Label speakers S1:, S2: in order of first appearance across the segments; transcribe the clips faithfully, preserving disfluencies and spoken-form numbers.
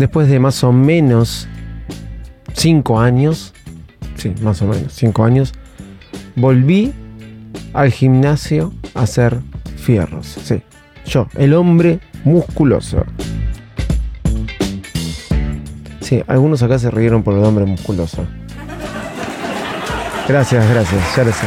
S1: después de más o menos cinco años, sí, más o menos cinco años, volví al gimnasio a hacer fierros. Sí, yo, el hombre musculoso. Sí, algunos acá se rieron por el hombre musculoso. Gracias, gracias, ya lo sé.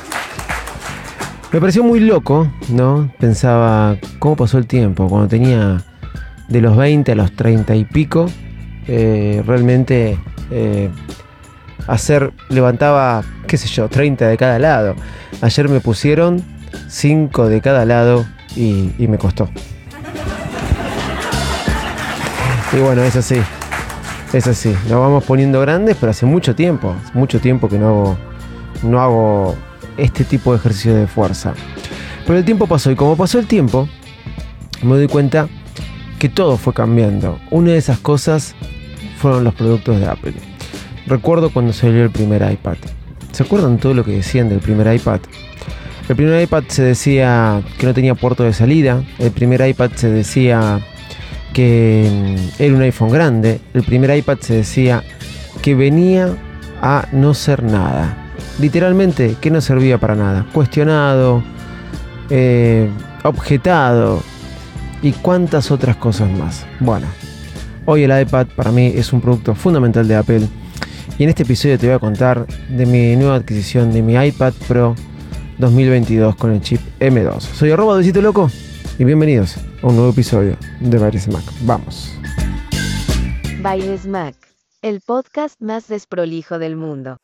S1: Me pareció muy loco, ¿no? Pensaba, ¿cómo pasó el tiempo? Cuando tenía de los veinte a los treinta y pico, eh, realmente eh, hacer, levantaba, qué sé yo, treinta de cada lado. Ayer me pusieron cinco de cada lado y, y me costó. Y bueno, es así, es así. Nos vamos poniendo grandes, pero hace mucho tiempo, mucho tiempo que no hago, no hago este tipo de ejercicio de fuerza. Pero el tiempo pasó y como pasó el tiempo, me doy cuenta que todo fue cambiando. Una de esas cosas fueron los productos de Apple. Recuerdo cuando salió el primer iPad. ¿Se acuerdan todo lo que decían del primer iPad? El primer iPad se decía que no tenía puerto de salida. El primer iPad se decía que era un iPhone grande. El primer iPad se decía que venía a no ser nada. Literalmente, que no servía para nada. Cuestionado, eh, objetado y cuántas otras cosas más. Bueno, hoy el iPad para mí es un producto fundamental de Apple. Y en este episodio te voy a contar de mi nueva adquisición de mi iPad Pro dos mil veintidós con el chip M dos. Soy arroba Besito Loco y bienvenidos a un nuevo episodio de Bailes Mac. Vamos.
S2: Bailes Mac, el podcast más desprolijo del mundo.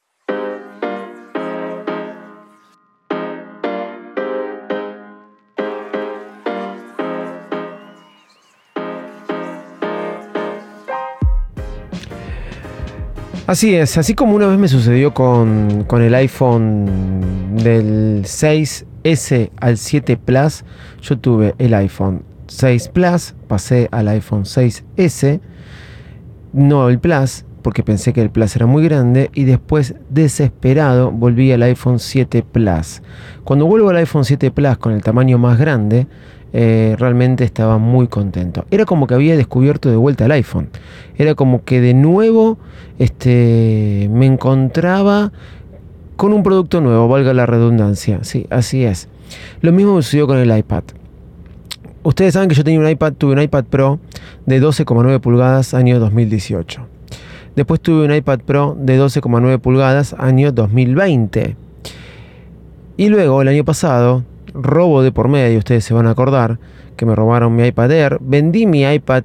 S1: Así es, así como una vez me sucedió con, con el iPhone del seis ese al siete Plus, yo tuve el iPhone seis Plus, pasé al iPhone seis ese, no el Plus, porque pensé que el Plus era muy grande, y después, desesperado, volví al iPhone siete Plus. Cuando vuelvo al iPhone siete Plus con el tamaño más grande, Eh, realmente estaba muy contento. Era como que había descubierto de vuelta el iPhone. Era como que de nuevo este, me encontraba con un producto nuevo, valga la redundancia. Sí, así es. Lo mismo me sucedió con el iPad. Ustedes saben que yo tenía un iPad, tuve un iPad Pro de doce coma nueve pulgadas año dos mil dieciocho. Después tuve un iPad Pro de doce coma nueve pulgadas año dos mil veinte. Y luego el año pasado, robo de por medio, ustedes se van a acordar que me robaron mi iPad Air. Vendí mi iPad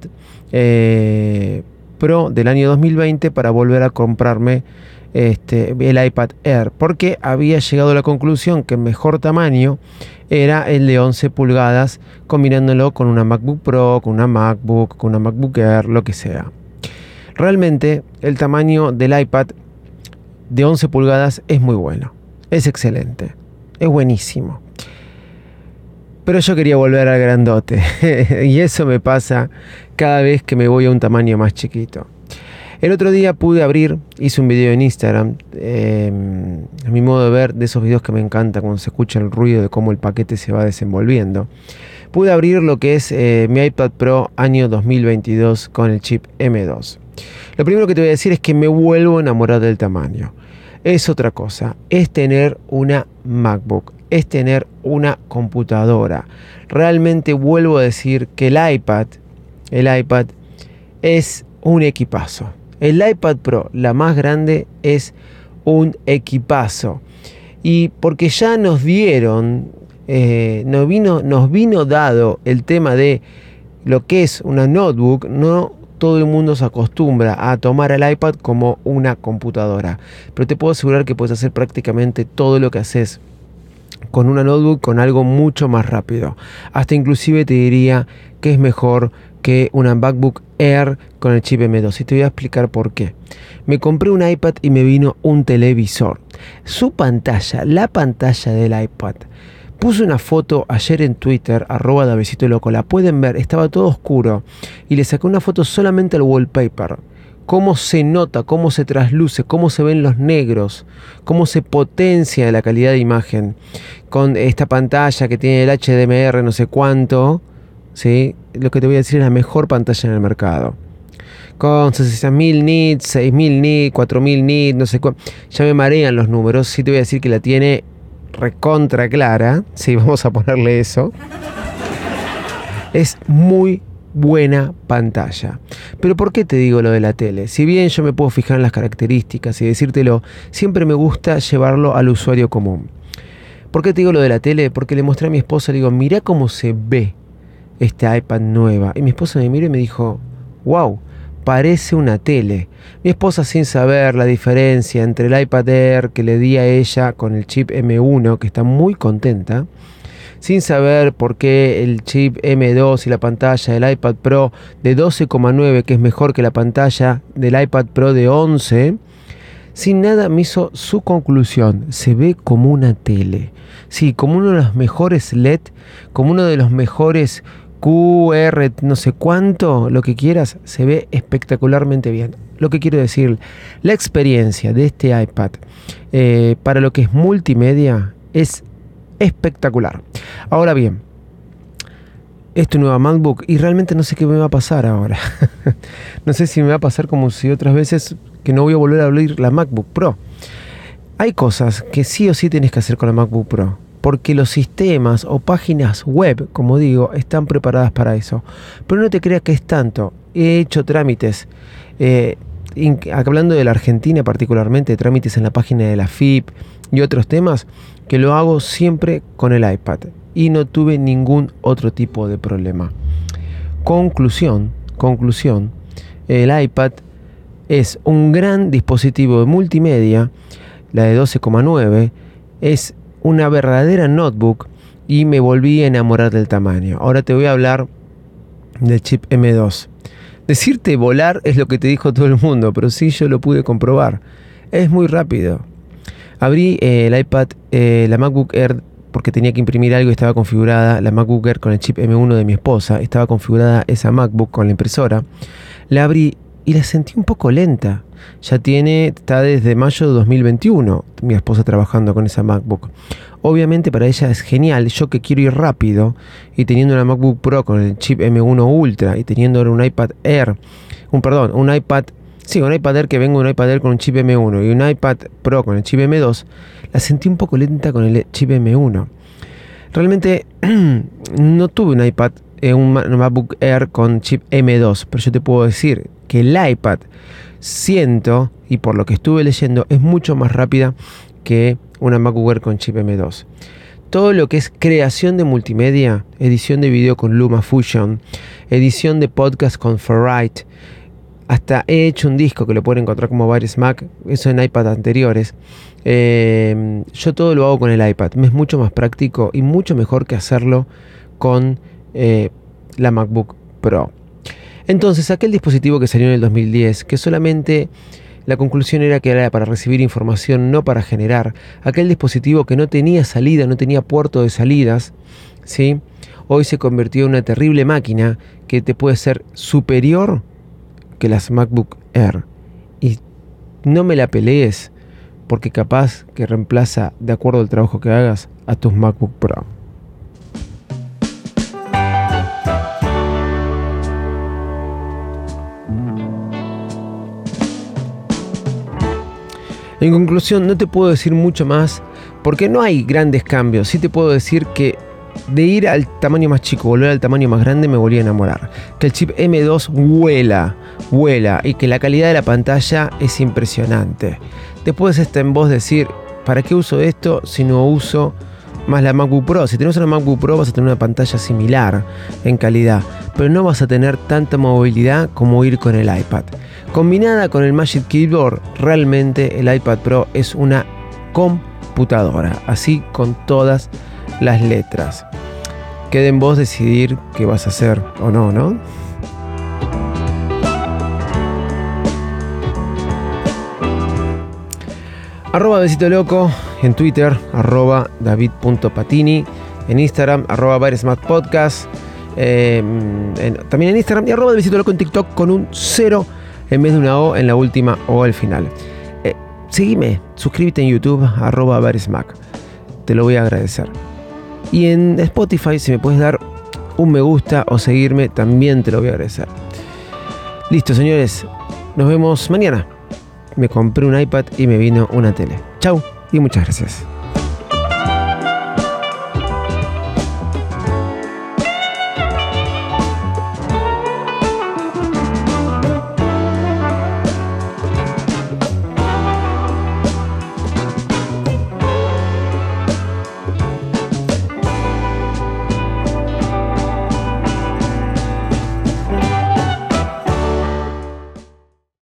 S1: eh, Pro del año dos mil veinte para volver a comprarme este, el iPad Air, porque había llegado a la conclusión que el mejor tamaño era el de once pulgadas, combinándolo con una MacBook Pro, con una MacBook, con una MacBook Air, lo que sea. Realmente el tamaño del iPad de once pulgadas es muy bueno, es excelente, es buenísimo. Pero yo quería volver al grandote. Y eso me pasa cada vez que me voy a un tamaño más chiquito. El otro día pude abrir, hice un video en Instagram, eh, a mi modo de ver, de esos videos que me encanta cuando se escucha el ruido de cómo el paquete se va desenvolviendo. Pude abrir lo que es eh, mi iPad Pro año dos mil veintidós con el chip M dos. Lo primero que te voy a decir es que me vuelvo a enamorar del tamaño. Es otra cosa, es tener una MacBook, es tener una computadora. Realmente vuelvo a decir que el iPad, el iPad es un equipazo. El iPad Pro, la más grande, es un equipazo. Y porque ya nos dieron, eh, nos vino, nos vino dado el tema de lo que es una notebook, no todo el mundo se acostumbra a tomar el iPad como una computadora. Pero te puedo asegurar que puedes hacer prácticamente todo lo que haces con una notebook, con algo mucho más rápido. Hasta inclusive te diría que es mejor que una MacBook Air con el chip M dos. Y te voy a explicar por qué. Me compré un iPad y me vino un televisor. Su pantalla, la pantalla del iPad. Puse una foto ayer en Twitter, arroba Davesito Loco, la pueden ver, estaba todo oscuro. Y le saqué una foto solamente al wallpaper. Cómo se nota, cómo se trasluce, cómo se ven los negros, cómo se potencia la calidad de imagen. Con esta pantalla que tiene el H D M R no sé cuánto, ¿sí? Lo que te voy a decir es la mejor pantalla en el mercado. con sesenta mil nits, seis mil nits, cuatro mil nits, no sé cuánto. Ya me marean los números. Sí te voy a decir que la tiene recontra clara. Sí, vamos a ponerle eso. Es muy buena pantalla. Pero ¿por qué te digo lo de la tele? Si bien yo me puedo fijar en las características y decírtelo, siempre me gusta llevarlo al usuario común. ¿Por qué te digo lo de la tele? Porque le mostré a mi esposa, le digo, mirá cómo se ve este iPad nueva. Y mi esposa me miró y me dijo, wow, parece una tele. Mi esposa, sin saber la diferencia entre el iPad Air que le di a ella con el chip eme uno, que está muy contenta, sin saber por qué el chip eme dos y la pantalla del iPad Pro de doce coma nueve, que es mejor que la pantalla del iPad Pro de once, sin nada me hizo su conclusión. Se ve como una tele. Sí, como uno de los mejores L E D, como uno de los mejores Q R, no sé cuánto, lo que quieras, se ve espectacularmente bien. Lo que quiero decir, la experiencia de este iPad eh, para lo que es multimedia es espectacular. Ahora bien, es tu nueva MacBook y realmente no sé qué me va a pasar ahora. No sé si me va a pasar como si otras veces que no voy a volver a abrir la MacBook Pro. Hay cosas que sí o sí tienes que hacer con la MacBook Pro, porque los sistemas o páginas web, como digo, están preparadas para eso. Pero no te creas que es tanto. He hecho trámites, eh, hablando de la Argentina particularmente, trámites en la página de la F I P y otros temas, que lo hago siempre con el iPad y no tuve ningún otro tipo de problema. Conclusión, conclusión, el iPad es un gran dispositivo de multimedia, la de doce coma nueve, es una verdadera notebook y me volví a enamorar del tamaño. Ahora te voy a hablar del chip eme dos. Decirte volar es lo que te dijo todo el mundo, pero sí yo lo pude comprobar. Es muy rápido. Abrí eh, el iPad, eh, la MacBook Air, porque tenía que imprimir algo y estaba configurada la MacBook Air con el chip eme uno de mi esposa. Estaba configurada esa MacBook con la impresora. La abrí y la sentí un poco lenta. Ya tiene, está desde mayo de dos mil veintiuno mi esposa trabajando con esa MacBook. Obviamente para ella es genial. Yo que quiero ir rápido y teniendo una MacBook Pro con el chip eme uno Ultra y teniendo ahora un iPad Air, un perdón, un iPad, sí, un iPad Air que venga un iPad Air con un chip eme uno y un iPad Pro con el chip eme dos, la sentí un poco lenta con el chip eme uno. Realmente no tuve un iPad, eh, un MacBook Air con chip eme dos, pero yo te puedo decir que el iPad, siento, y por lo que estuve leyendo, es mucho más rápida que una MacBook Air con chip eme dos. Todo lo que es creación de multimedia, edición de video con LumaFusion, edición de podcast con Ferrite, hasta he hecho un disco que lo pueden encontrar como Virus Mac, eso en iPad anteriores. Eh, yo todo lo hago con el iPad, me es mucho más práctico y mucho mejor que hacerlo con eh, la MacBook Pro. Entonces, aquel dispositivo que salió en el dos mil diez, que solamente la conclusión era que era para recibir información, no para generar, aquel dispositivo que no tenía salida, no tenía puerto de salidas, ¿sí? Hoy se convirtió en una terrible máquina que te puede ser superior que las MacBook Air. Y no me la pelees, porque capaz que reemplaza, de acuerdo al trabajo que hagas, a tus MacBook Pro. En conclusión, no te puedo decir mucho más porque no hay grandes cambios. Sí te puedo decir que de ir al tamaño más chico, volver al tamaño más grande, me volví a enamorar. Que el chip eme dos vuela, vuela y que la calidad de la pantalla es impresionante. Después está en vos decir, ¿para qué uso esto si no uso más la MacBook Pro? Si tenés una MacBook Pro vas a tener una pantalla similar en calidad, pero no vas a tener tanta movilidad como ir con el iPad. Combinada con el Magic Keyboard, realmente el iPad Pro es una computadora, así con todas las letras. Queda en vos decidir qué vas a hacer o no, ¿no? Arroba Besito Loco en Twitter, arroba david.patini en Instagram, arroba baresmatpodcast, eh, en, también en Instagram, y arroba Besito Loco en TikTok con un cero en vez de una O en la última O al final. Eh, seguime, suscríbete en YouTube, arroba baresmac, te lo voy a agradecer. Y en Spotify, si me puedes dar un me gusta o seguirme, también te lo voy a agradecer. Listo, señores. Nos vemos mañana. Me compré un iPad y me vino una tele. Chau y muchas gracias.